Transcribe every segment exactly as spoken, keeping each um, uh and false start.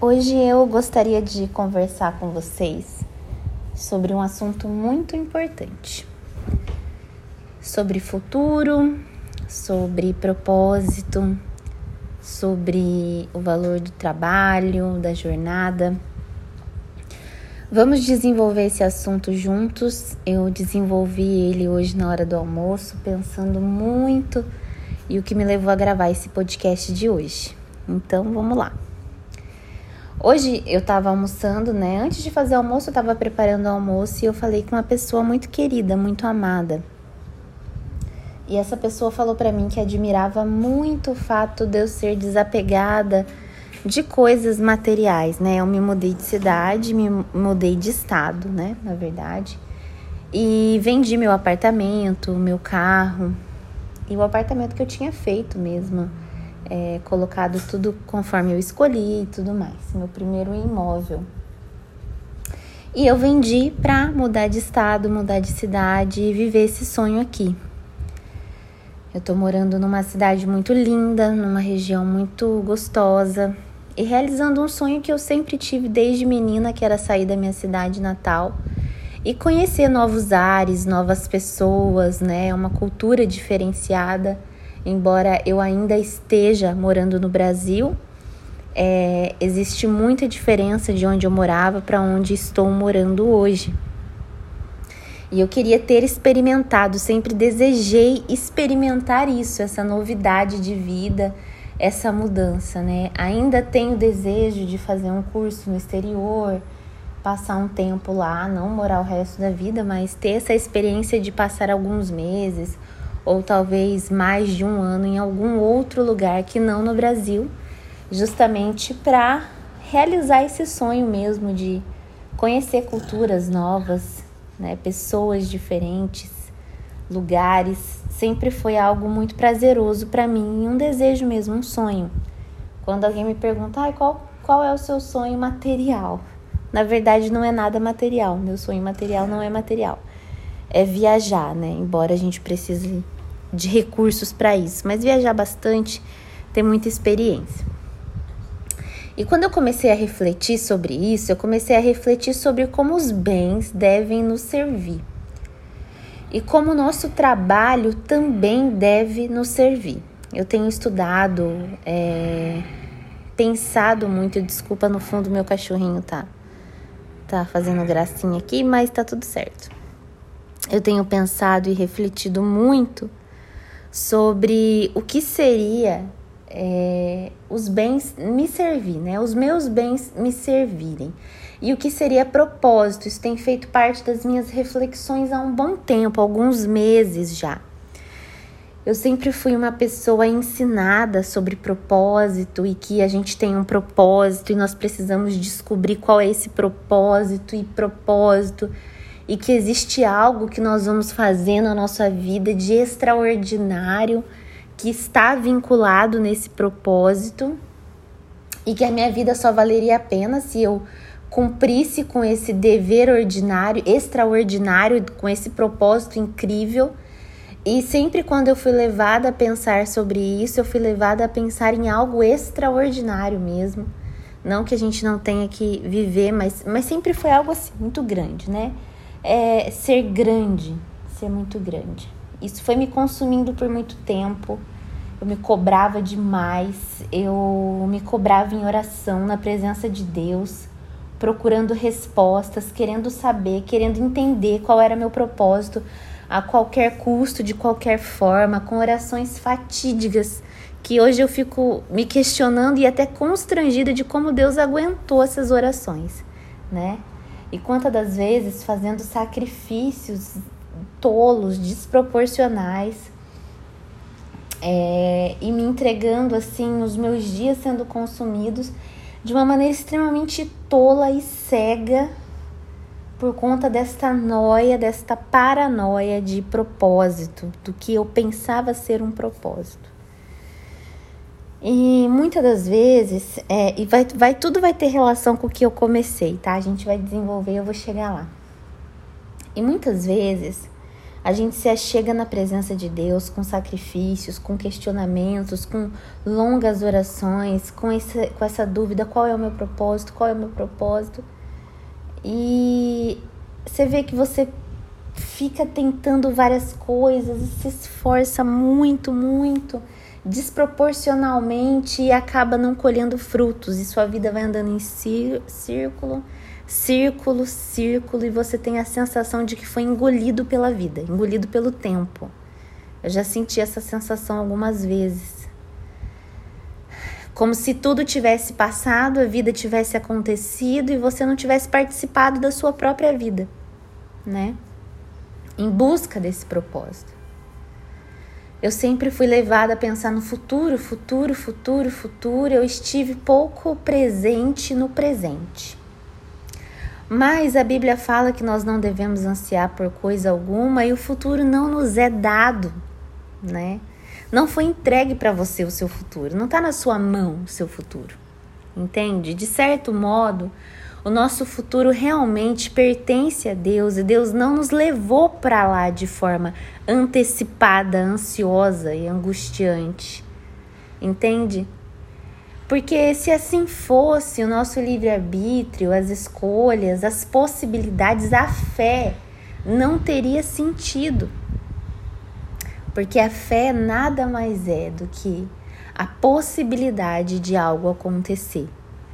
Hoje eu gostaria de conversar com vocês sobre um assunto muito importante, sobre futuro, sobre propósito, sobre o valor do trabalho, da jornada. Vamos desenvolver esse assunto juntos. Eu desenvolvi ele hoje na hora do almoço, pensando muito, e o que me levou a gravar esse podcast de hoje. Então, vamos lá. Hoje eu estava almoçando, né? Antes de fazer o almoço, eu estava preparando o almoço e eu falei com uma pessoa muito querida, muito amada. E essa pessoa falou para mim que admirava muito o fato de eu ser desapegada de coisas materiais, né? Eu me mudei de cidade, me mudei de estado, né? Na verdade. E vendi meu apartamento, meu carro e o apartamento que eu tinha feito mesmo. É, colocado tudo conforme eu escolhi e tudo mais. Meu primeiro imóvel. E eu vendi para mudar de estado, mudar de cidade e viver esse sonho aqui. Eu tô morando numa cidade muito linda, numa região muito gostosa e realizando um sonho que eu sempre tive desde menina, que era sair da minha cidade natal e conhecer novos ares, novas pessoas, né? Uma cultura diferenciada. Embora eu ainda esteja morando no Brasil, é, existe muita diferença de onde eu morava para onde estou morando hoje. E eu queria ter experimentado, sempre desejei experimentar isso, essa novidade de vida, essa mudança, né? Ainda tenho desejo de fazer um curso no exterior, passar um tempo lá, não morar o resto da vida, mas ter essa experiência de passar alguns meses ou talvez mais de um ano em algum outro lugar que não no Brasil, justamente para realizar esse sonho mesmo de conhecer culturas novas, né, pessoas diferentes, lugares. Sempre foi algo muito prazeroso para mim, um desejo mesmo, um sonho. Quando alguém me pergunta, ah, qual, qual é o seu sonho material? Na verdade, não é nada material, meu sonho material não é material. É viajar, né? Embora a gente precise de recursos para isso, mas viajar bastante, ter muita experiência. E quando eu comecei a refletir sobre isso, eu comecei a refletir sobre como os bens devem nos servir e como o nosso trabalho também deve nos servir. Eu tenho estudado, é, pensado muito, desculpa, no fundo meu cachorrinho tá, tá fazendo gracinha aqui, mas tá tudo certo. Eu tenho pensado e refletido muito sobre o que seria é, os bens me servir, né? Os meus bens me servirem. E o que seria propósito. Isso tem feito parte das minhas reflexões há um bom tempo, alguns meses já. Eu sempre fui uma pessoa ensinada sobre propósito e que a gente tem um propósito e nós precisamos descobrir qual é esse propósito e propósito. E que existe algo que nós vamos fazer na nossa vida de extraordinário, que está vinculado nesse propósito, e que a minha vida só valeria a pena se eu cumprisse com esse dever ordinário, extraordinário, com esse propósito incrível. E sempre quando eu fui levada a pensar sobre isso, eu fui levada a pensar em algo extraordinário mesmo. Não que a gente não tenha que viver, mas, mas sempre foi algo assim, muito grande, né? É ser grande, ser muito grande. Isso foi me consumindo por muito tempo. Eu me cobrava demais, eu me cobrava em oração, na presença de Deus, procurando respostas, querendo saber, querendo entender qual era meu propósito, a qualquer custo, de qualquer forma, com orações fatídicas, que hoje eu fico me questionando e até constrangida de como Deus aguentou essas orações, né? E quantas das vezes fazendo sacrifícios tolos, desproporcionais, é, e me entregando assim, os meus dias sendo consumidos de uma maneira extremamente tola e cega por conta desta noia, desta paranoia de propósito, do que eu pensava ser um propósito. E muitas das vezes, é, e vai, vai, tudo vai ter relação com o que eu comecei, tá? A gente vai desenvolver, eu vou chegar lá. E muitas vezes, A gente se achega na presença de Deus com sacrifícios, com questionamentos, com longas orações, com essa, com essa dúvida, qual é o meu propósito, qual é o meu propósito. E você vê que você fica tentando várias coisas e se esforça muito, muito, desproporcionalmente, e acaba não colhendo frutos. E sua vida vai andando em círculo, círculo, círculo, e você tem a sensação de que foi engolido pela vida, engolido pelo tempo. Eu já senti essa sensação algumas vezes. Como se tudo tivesse passado, a vida tivesse acontecido e você não tivesse participado da sua própria vida, né? Em busca desse propósito. Eu sempre fui levada a pensar no futuro, futuro, futuro, futuro. Eu estive pouco presente no presente. Mas a Bíblia fala que nós não devemos ansiar por coisa alguma e o futuro não nos é dado, né? Não foi entregue para você o seu futuro, não está na sua mão o seu futuro, entende? De certo modo, o nosso futuro realmente pertence a Deus e Deus não nos levou para lá de forma antecipada, ansiosa e angustiante, entende? Porque se assim fosse, o nosso livre-arbítrio, as escolhas, as possibilidades, a fé não teria sentido. Porque a fé nada mais é do que a possibilidade de algo acontecer.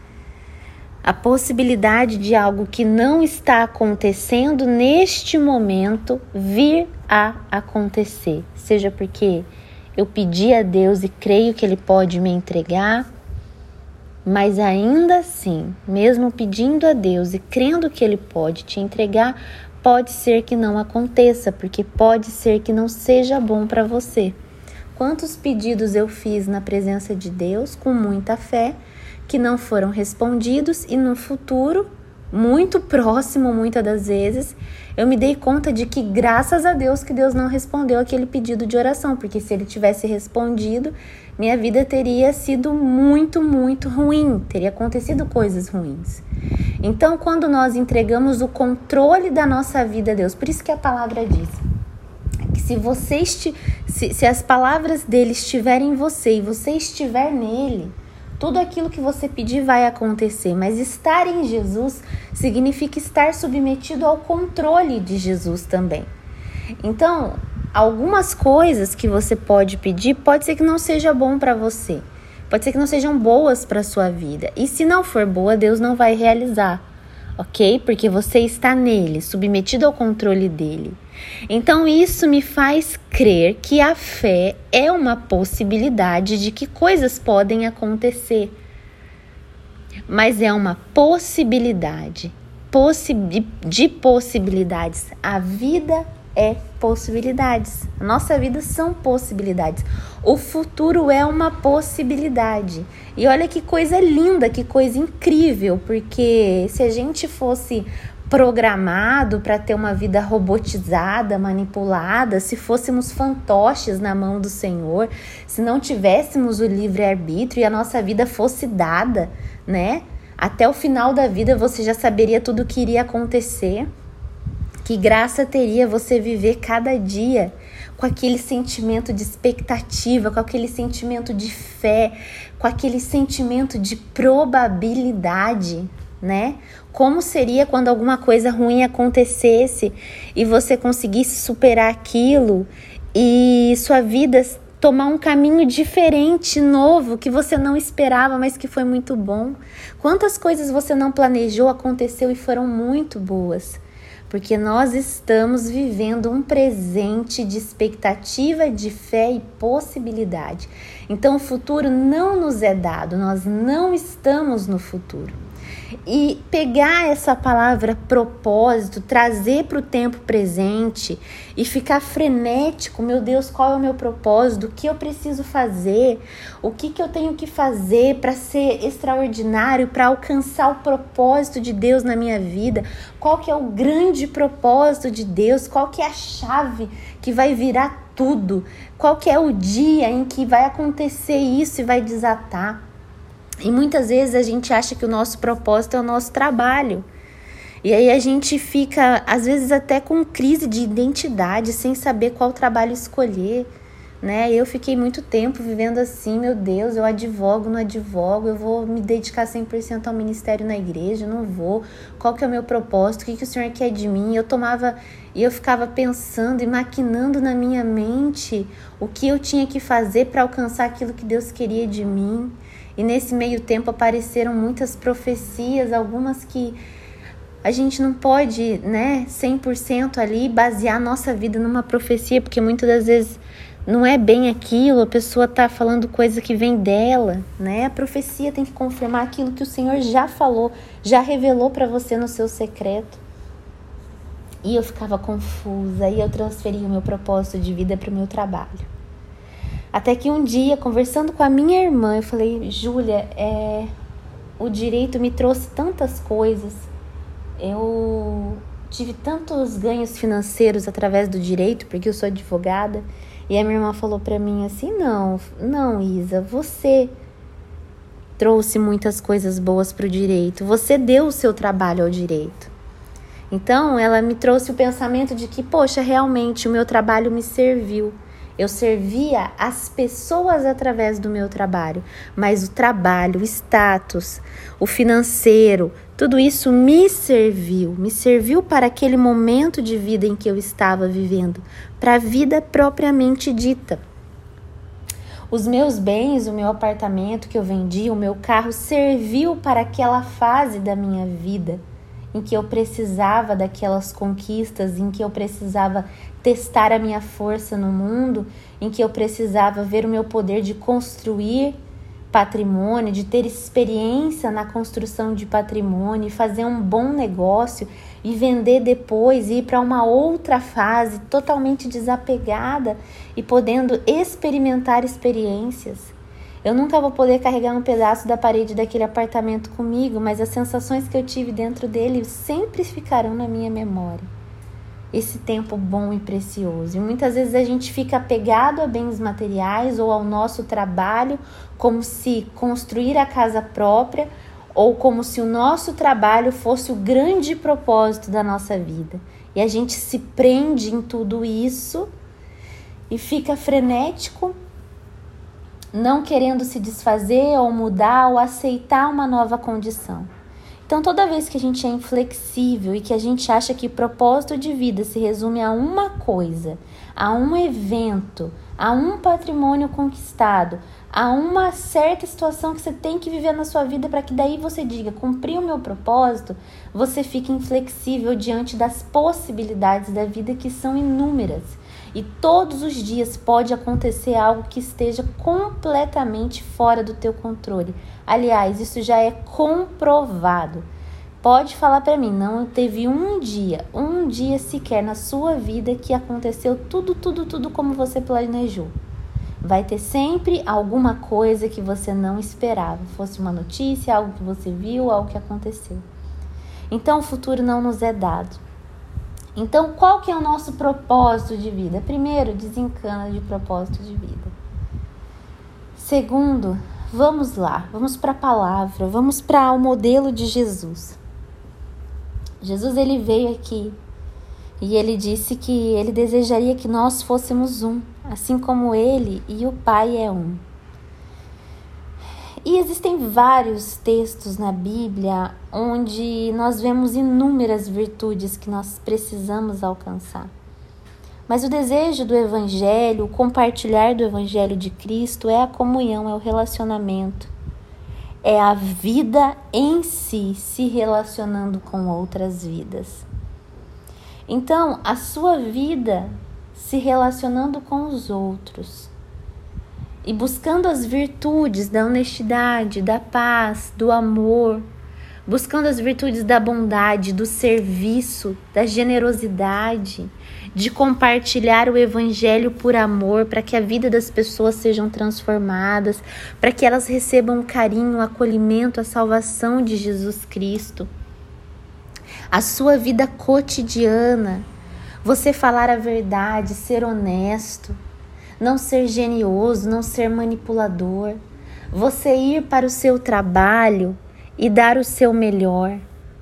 A possibilidade de algo que não está acontecendo neste momento vir a acontecer. Seja porque eu pedi a Deus e creio que Ele pode me entregar, mas ainda assim, mesmo pedindo a Deus e crendo que Ele pode te entregar, pode ser que não aconteça, porque pode ser que não seja bom para você. Quantos pedidos eu fiz na presença de Deus com muita fé, que não foram respondidos, e no futuro, muito próximo, muitas das vezes, eu me dei conta de que graças a Deus que Deus não respondeu aquele pedido de oração, porque se Ele tivesse respondido, minha vida teria sido muito, muito ruim, teria acontecido coisas ruins. Então, quando nós entregamos o controle da nossa vida a Deus, por isso que a palavra diz que se, você esti- se, se as palavras dele estiverem em você e você estiver nele, tudo aquilo que você pedir vai acontecer, mas estar em Jesus significa estar submetido ao controle de Jesus também. Então, algumas coisas que você pode pedir, pode ser que não seja bom para você, pode ser que não sejam boas para a sua vida, e se não for boa, Deus não vai realizar, ok? Porque você está nele, submetido ao controle dele. Então isso me faz crer que a fé é uma possibilidade de que coisas podem acontecer. Mas é uma possibilidade, possi- de possibilidades. A vida é possibilidades. A nossa vida são possibilidades. O futuro é uma possibilidade. E olha que coisa linda, que coisa incrível, porque se a gente fosse programado para ter uma vida robotizada, manipulada, se fôssemos fantoches na mão do Senhor, se não tivéssemos o livre-arbítrio e a nossa vida fosse dada, né? Até o final da vida você já saberia tudo o que iria acontecer. Que graça teria você viver cada dia com aquele sentimento de expectativa, com aquele sentimento de fé, com aquele sentimento de probabilidade, né? Como seria quando alguma coisa ruim acontecesse e você conseguisse superar aquilo e sua vida tomar um caminho diferente, novo, que você não esperava, mas que foi muito bom. Quantas coisas você não planejou, aconteceu e foram muito boas. Porque nós estamos vivendo um presente de expectativa, de fé e possibilidade. Então o futuro não nos é dado, nós não estamos no futuro. E pegar essa palavra propósito, trazer para o tempo presente e ficar frenético, meu Deus, qual é o meu propósito, o que eu preciso fazer, o que, que eu tenho que fazer para ser extraordinário, para alcançar o propósito de Deus na minha vida, qual que é o grande propósito de Deus, qual que é a chave que vai virar tudo, qual que é o dia em que vai acontecer isso e vai desatar. E muitas vezes a gente acha que o nosso propósito é o nosso trabalho. E aí a gente fica, às vezes, até com crise de identidade, sem saber qual trabalho escolher, né? Eu fiquei muito tempo vivendo assim, meu Deus, eu advogo, não advogo, eu vou me dedicar cem por cento ao ministério na igreja, não vou. Qual que é o meu propósito? O que, que o Senhor quer de mim? Eu tomava, e eu ficava pensando e maquinando na minha mente o que eu tinha que fazer para alcançar aquilo que Deus queria de mim. E nesse meio tempo apareceram muitas profecias, algumas que a gente não pode, né, cem por cento ali basear a nossa vida numa profecia, porque muitas das vezes não é bem aquilo, a pessoa está falando coisa que vem dela, né? A profecia tem que confirmar aquilo que o Senhor já falou, já revelou para você no seu secreto. E eu ficava confusa, e eu transferi o meu propósito de vida para o meu trabalho. Até que um dia, conversando com a minha irmã, eu falei, Júlia, é, o direito me trouxe tantas coisas, eu tive tantos ganhos financeiros através do direito, porque eu sou advogada, e a minha irmã falou pra mim assim, não, não, Isa, você trouxe muitas coisas boas pro direito, você deu o seu trabalho ao direito. Então, ela me trouxe o pensamento de que, poxa, realmente o meu trabalho me serviu. Eu servia as pessoas através do meu trabalho, mas o trabalho, o status, o financeiro, tudo isso me serviu, me serviu para aquele momento de vida em que eu estava vivendo, para a vida propriamente dita. Os meus bens, o meu apartamento que eu vendi, o meu carro, serviu para aquela fase da minha vida, em que eu precisava daquelas conquistas, em que eu precisava testar a minha força no mundo, em que eu precisava ver o meu poder de construir patrimônio, de ter experiência na construção de patrimônio, fazer um bom negócio e vender depois, e ir para uma outra fase totalmente desapegada e podendo experimentar experiências. Eu nunca vou poder carregar um pedaço da parede daquele apartamento comigo, mas as sensações que eu tive dentro dele sempre ficarão na minha memória. Esse tempo bom e precioso. E muitas vezes a gente fica apegado a bens materiais ou ao nosso trabalho, como se construir a casa própria ou como se o nosso trabalho fosse o grande propósito da nossa vida. E a gente se prende em tudo isso e fica frenético, não querendo se desfazer ou mudar ou aceitar uma nova condição. Então, toda vez que a gente é inflexível e que a gente acha que propósito de vida se resume a uma coisa, a um evento, a um patrimônio conquistado, a uma certa situação que você tem que viver na sua vida para que daí você diga, cumpri o meu propósito, você fica inflexível diante das possibilidades da vida que são inúmeras. E todos os dias pode acontecer algo que esteja completamente fora do teu controle. Aliás, isso já é comprovado. Pode falar para mim, não teve um dia, um dia sequer na sua vida que aconteceu tudo, tudo, tudo como você planejou. Vai ter sempre alguma coisa que você não esperava. Fosse uma notícia, algo que você viu, algo que aconteceu. Então, o futuro não nos é dado. Então, qual que é o nosso propósito de vida? Primeiro, desencana de propósito de vida. Segundo, vamos lá, vamos para a palavra, vamos para o modelo de Jesus. Jesus, ele veio aqui e ele disse que ele desejaria que nós fôssemos um, assim como ele e o Pai é um. E existem vários textos na Bíblia onde nós vemos inúmeras virtudes que nós precisamos alcançar. Mas o desejo do Evangelho, o compartilhar do Evangelho de Cristo é a comunhão, é o relacionamento. É a vida em si se relacionando com outras vidas. Então, a sua vida se relacionando com os outros e buscando as virtudes da honestidade, da paz, do amor, buscando as virtudes da bondade, do serviço, da generosidade, de compartilhar o Evangelho por amor, para que a vida das pessoas sejam transformadas, para que elas recebam o carinho, o acolhimento, a salvação de Jesus Cristo. A sua vida cotidiana, você falar a verdade, ser honesto, não ser genioso, não ser manipulador, você ir para o seu trabalho e dar o seu melhor,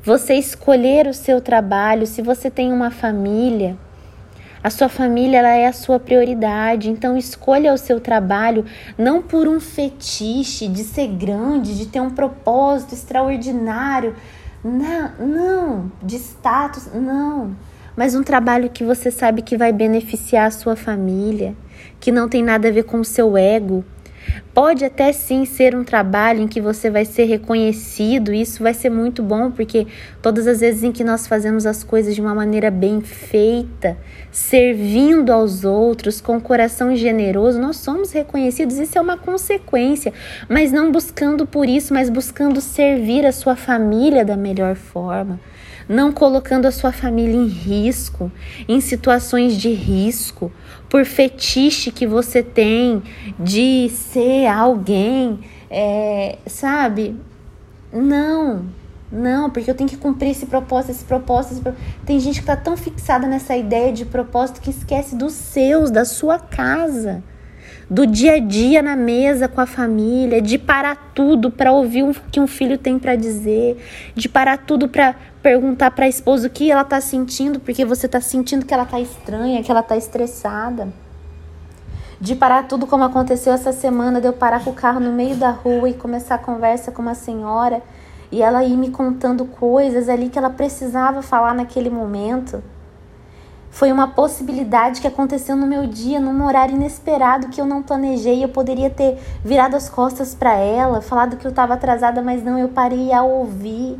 Você escolher o seu trabalho. Se você tem uma família, a sua família ela é a sua prioridade. Então escolha o seu trabalho não por um fetiche de ser grande, de ter um propósito extraordinário. Não, não, de status, não. Mas um trabalho que você sabe que vai beneficiar a sua família, que não tem nada a ver com o seu ego. Pode até sim ser um trabalho em que você vai ser reconhecido, isso vai ser muito bom, porque todas as vezes em que nós fazemos as coisas de uma maneira bem feita, servindo aos outros, com coração generoso, nós somos reconhecidos, isso é uma consequência, mas não buscando por isso, mas buscando servir a sua família da melhor forma. Não colocando a sua família em risco, em situações de risco, por fetiche que você tem de ser alguém, é, sabe? Não, não, porque eu tenho que cumprir esse propósito, esse propósito, esse propósito. Tem gente que está tão fixada nessa ideia de propósito que esquece dos seus, da sua casa. Do dia a dia na mesa com a família, de parar tudo para ouvir o que um filho tem para dizer, de parar tudo para perguntar para a esposa o que ela está sentindo, porque você está sentindo que ela está estranha, que ela está estressada. De parar tudo como aconteceu essa semana, de eu parar com o carro no meio da rua e começar a conversa com uma senhora e ela ir me contando coisas ali que ela precisava falar naquele momento. Foi uma possibilidade que aconteceu no meu dia, num horário inesperado que eu não planejei. Eu poderia ter virado as costas para ela, falado que eu estava atrasada, mas não, eu parei a ouvir.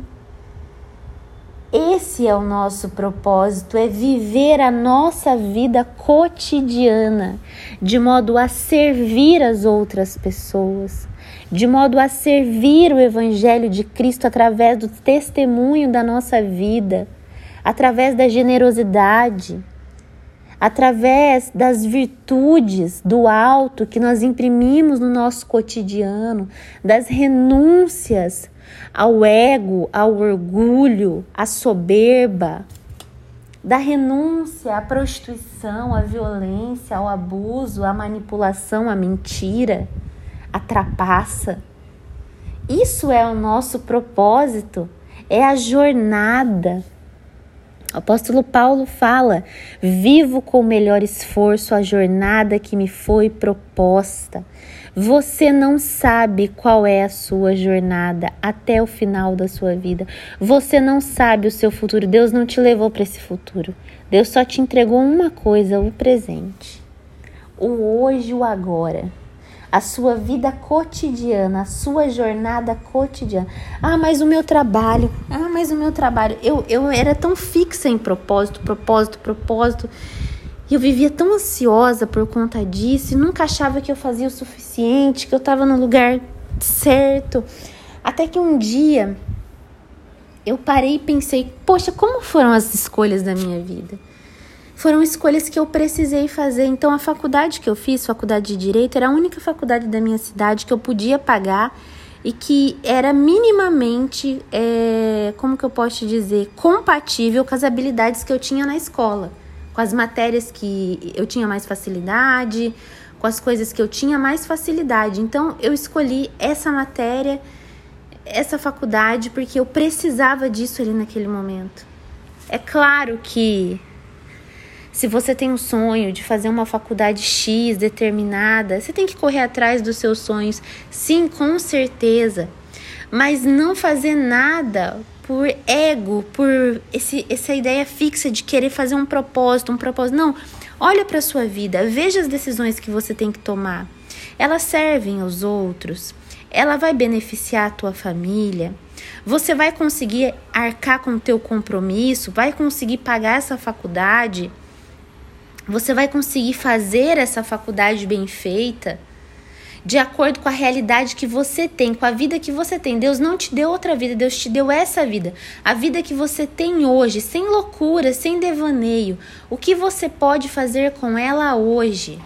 Esse é o nosso propósito, é viver a nossa vida cotidiana, de modo a servir as outras pessoas, de modo a servir o Evangelho de Cristo através do testemunho da nossa vida, através da generosidade, através das virtudes do alto que nós imprimimos no nosso cotidiano, das renúncias ao ego, ao orgulho, à soberba, da renúncia à prostituição, à violência, ao abuso, à manipulação, à mentira, à trapaça. Isso é o nosso propósito, é a jornada. O apóstolo Paulo fala: vivo com o melhor esforço a jornada que me foi proposta. Você não sabe qual é a sua jornada até o final da sua vida. Você não sabe o seu futuro. Deus não te levou para esse futuro. Deus só te entregou uma coisa, o presente. O hoje, o agora. A sua vida cotidiana, a sua jornada cotidiana. Ah, mas o meu trabalho. Ah, mas o meu trabalho. Eu, eu era tão fixa em propósito, propósito, propósito. E eu vivia tão ansiosa por conta disso. E nunca achava que eu fazia o suficiente, que eu estava no lugar certo. Até que um dia eu parei e pensei, poxa, como foram as escolhas da minha vida? Foram escolhas que eu precisei fazer. Então, a faculdade que eu fiz, faculdade de Direito, era a única faculdade da minha cidade que eu podia pagar e que era minimamente, é, como que eu posso te dizer, compatível com as habilidades que eu tinha na escola, com as matérias que eu tinha mais facilidade, com as coisas que eu tinha mais facilidade. Então, eu escolhi essa matéria, essa faculdade, porque eu precisava disso ali naquele momento. É claro que se você tem um sonho de fazer uma faculdade X determinada, você tem que correr atrás dos seus sonhos, sim, com certeza. Mas não fazer nada por ego, por esse, essa ideia fixa de querer fazer um propósito, um propósito. Não, olha para a sua vida, veja as decisões que você tem que tomar. Elas servem aos outros, ela vai beneficiar a tua família, você vai conseguir arcar com o teu compromisso, vai conseguir pagar essa faculdade, você vai conseguir fazer essa faculdade bem feita, de acordo com a realidade que você tem, com a vida que você tem. Deus não te deu outra vida, Deus te deu essa vida. A vida que você tem hoje, sem loucura, sem devaneio. O que você pode fazer com ela hoje?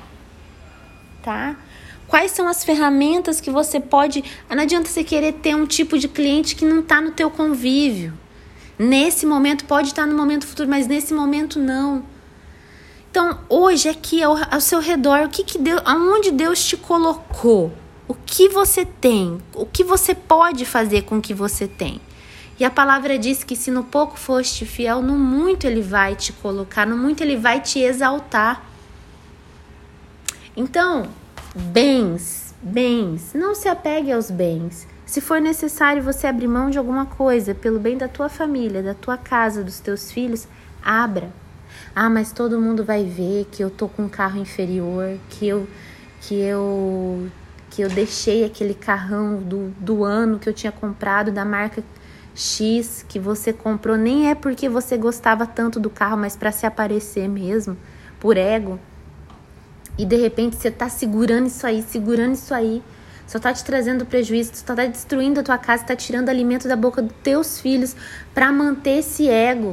Tá? Quais são as ferramentas que você pode... Não adianta você querer ter um tipo de cliente que não está no teu convívio. Nesse momento, pode estar no momento futuro, mas nesse momento não. Então, hoje, aqui ao, ao seu redor, o que que Deus, aonde Deus te colocou? O que você tem? O que você pode fazer com o que você tem? E a palavra diz que se no pouco foste fiel, no muito Ele vai te colocar, no muito Ele vai te exaltar. Então, bens, bens, não se apegue aos bens. Se for necessário você abrir mão de alguma coisa pelo bem da tua família, da tua casa, dos teus filhos, abra. Ah, mas todo mundo vai ver que eu tô com um carro inferior, que eu, que eu, que eu deixei aquele carrão do, do ano que eu tinha comprado, da marca X, que você comprou. Nem é porque você gostava tanto do carro, mas para se aparecer mesmo, por ego. E de repente você tá segurando isso aí, segurando isso aí. Só tá te trazendo prejuízo, só tá destruindo a tua casa, tá tirando alimento da boca dos teus filhos para manter esse ego.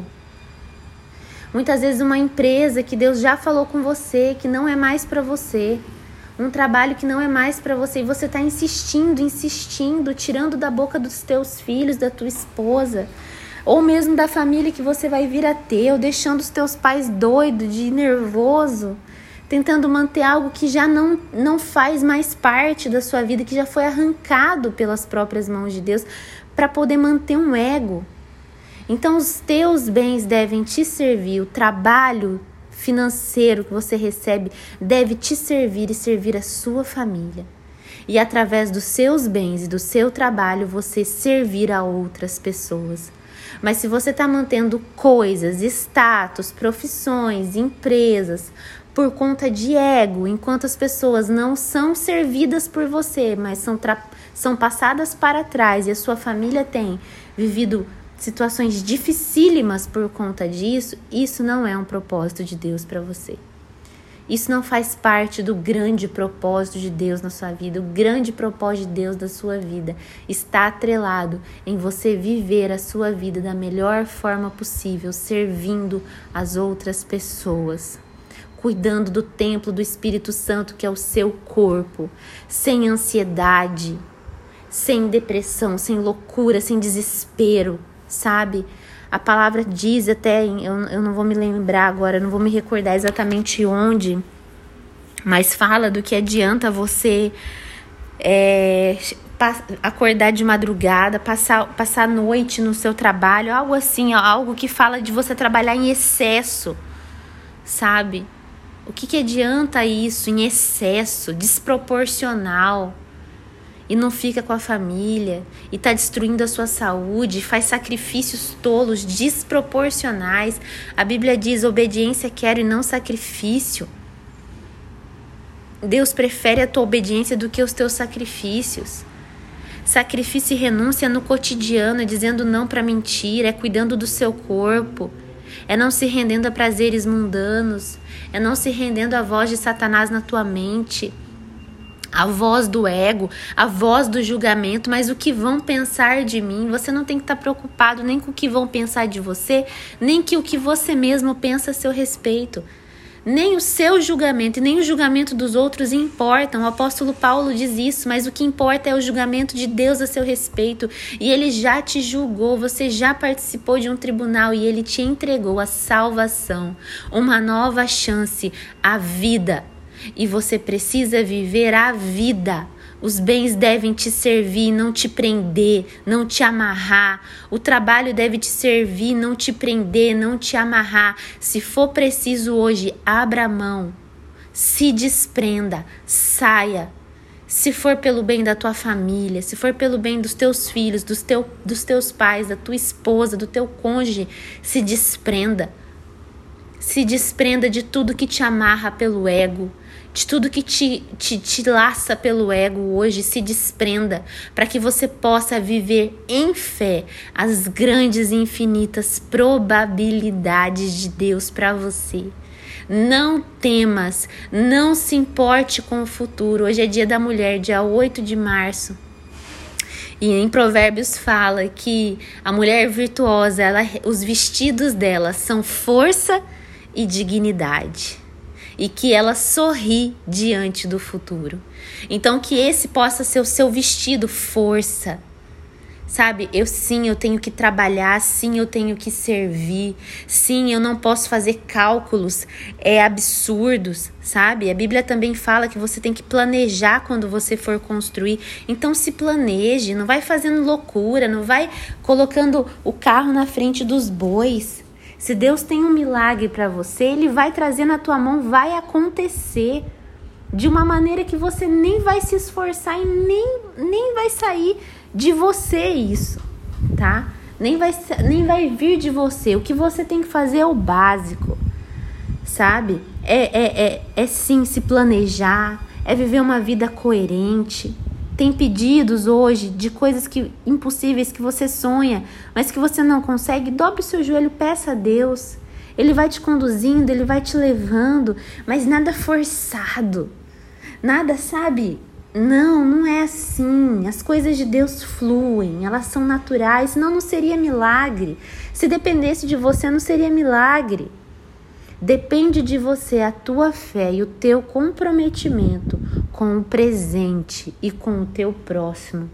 Muitas vezes uma empresa que Deus já falou com você, que não é mais para você. Um trabalho que não é mais para você. E você tá insistindo, insistindo, tirando da boca dos teus filhos, da tua esposa. Ou mesmo da família que você vai vir a ter. Ou deixando os teus pais doidos, de nervoso. Tentando manter algo que já não, não faz mais parte da sua vida. Que já foi arrancado pelas próprias mãos de Deus. Para poder manter um ego. Então os teus bens devem te servir, o trabalho financeiro que você recebe deve te servir e servir a sua família. E através dos seus bens e do seu trabalho você servir a outras pessoas. Mas se você está mantendo coisas, status, profissões, empresas por conta de ego, enquanto as pessoas não são servidas por você, mas são, tra- são passadas para trás e a sua família tem vivido situações dificílimas por conta disso, isso não é um propósito de Deus para você. Isso não faz parte do grande propósito de Deus na sua vida. O grande propósito de Deus da sua vida está atrelado em você viver a sua vida da melhor forma possível, servindo as outras pessoas, cuidando do templo do Espírito Santo, que é o seu corpo, sem ansiedade, sem depressão, sem loucura, sem desespero. Sabe? A palavra diz até, eu, eu não vou me lembrar agora, não vou me recordar exatamente onde, mas fala do que adianta você é, acordar de madrugada, passar, passar a noite no seu trabalho, algo assim, algo que fala de você trabalhar em excesso, sabe? O que, que adianta isso em excesso, desproporcional? E não fica com a família, e tá destruindo a sua saúde, faz sacrifícios tolos, desproporcionais. A Bíblia diz, obediência quero e não sacrifício. Deus prefere a tua obediência do que os teus sacrifícios. Sacrifício e renúncia no cotidiano, é dizendo não para mentira, é cuidando do seu corpo, é não se rendendo a prazeres mundanos, é não se rendendo à voz de Satanás na tua mente, a voz do ego, a voz do julgamento. Mas o que vão pensar de mim? Você não tem que estar preocupado nem com o que vão pensar de você, nem que o que você mesmo pensa a seu respeito. Nem o seu julgamento e nem o julgamento dos outros importam. O apóstolo Paulo diz isso, mas o que importa é o julgamento de Deus a seu respeito. E ele já te julgou, você já participou de um tribunal e ele te entregou a salvação, uma nova chance, a vida. E você precisa viver a vida. Os bens devem te servir, não te prender, não te amarrar. O trabalho deve te servir, não te prender, não te amarrar. Se for preciso hoje, abra a mão, se desprenda, saia. Se for pelo bem da tua família, se for pelo bem dos teus filhos, dos, teu, dos teus pais, da tua esposa, do teu cônjuge, se desprenda. Se desprenda de tudo que te amarra pelo ego, de tudo que te, te, te laça pelo ego hoje. Se desprenda para que você possa viver em fé as grandes e infinitas probabilidades de Deus para você. Não temas, não se importe com o futuro. Hoje é dia da mulher, dia oito de março. E em Provérbios fala que a mulher virtuosa, ela, os vestidos dela são força e dignidade, e que ela sorri diante do futuro. Então que esse possa ser o seu vestido, força, Sabe, eu sim, eu tenho que trabalhar, sim, eu tenho que servir, sim, eu não posso fazer cálculos é, absurdos, sabe? A Bíblia também fala que você tem que planejar quando você for construir, então se planeje, não vai fazendo loucura, não vai colocando o carro na frente dos bois. Se Deus tem um milagre para você, Ele vai trazer na tua mão, vai acontecer de uma maneira que você nem vai se esforçar e nem, nem vai sair de você isso, tá? Nem vai, nem vai vir de você. O que você tem que fazer é o básico, sabe? É, é, é, é sim se planejar, é viver uma vida coerente. Tem pedidos hoje de coisas que, impossíveis que você sonha, mas que você não consegue. Dobre o seu joelho, peça a Deus. Ele vai te conduzindo, Ele vai te levando, mas nada forçado. Nada, sabe? Não, não é assim. As coisas de Deus fluem, elas são naturais, senão não seria milagre. Se dependesse de você, não seria milagre. Depende de você, a tua fé e o teu comprometimento com o presente e com o teu próximo.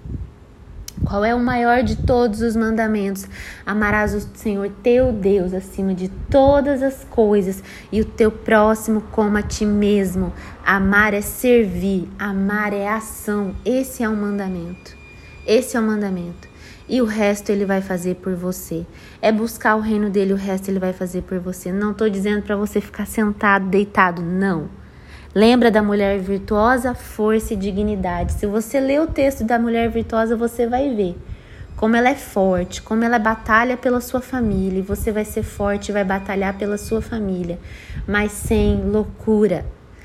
Qual é o maior de todos os mandamentos? Amarás o Senhor teu Deus acima de todas as coisas e o teu próximo como a ti mesmo. Amar é servir, amar é ação. Esse é o mandamento. Esse é o mandamento. E o resto Ele vai fazer por você. É buscar o reino dEle, o resto Ele vai fazer por você. Não estou dizendo para você ficar sentado, deitado, não. Lembra da mulher virtuosa? Força e dignidade. Se você ler o texto da mulher virtuosa, você vai ver como ela é forte, como ela batalha pela sua família. E você vai ser forte e vai batalhar pela sua família. Mas sem loucura.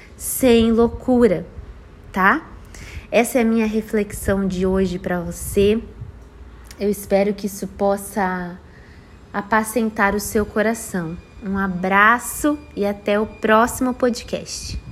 Sem loucura, tá? Essa é a minha reflexão de hoje para você. Eu espero que isso possa apacentar o seu coração. Um abraço e até o próximo podcast.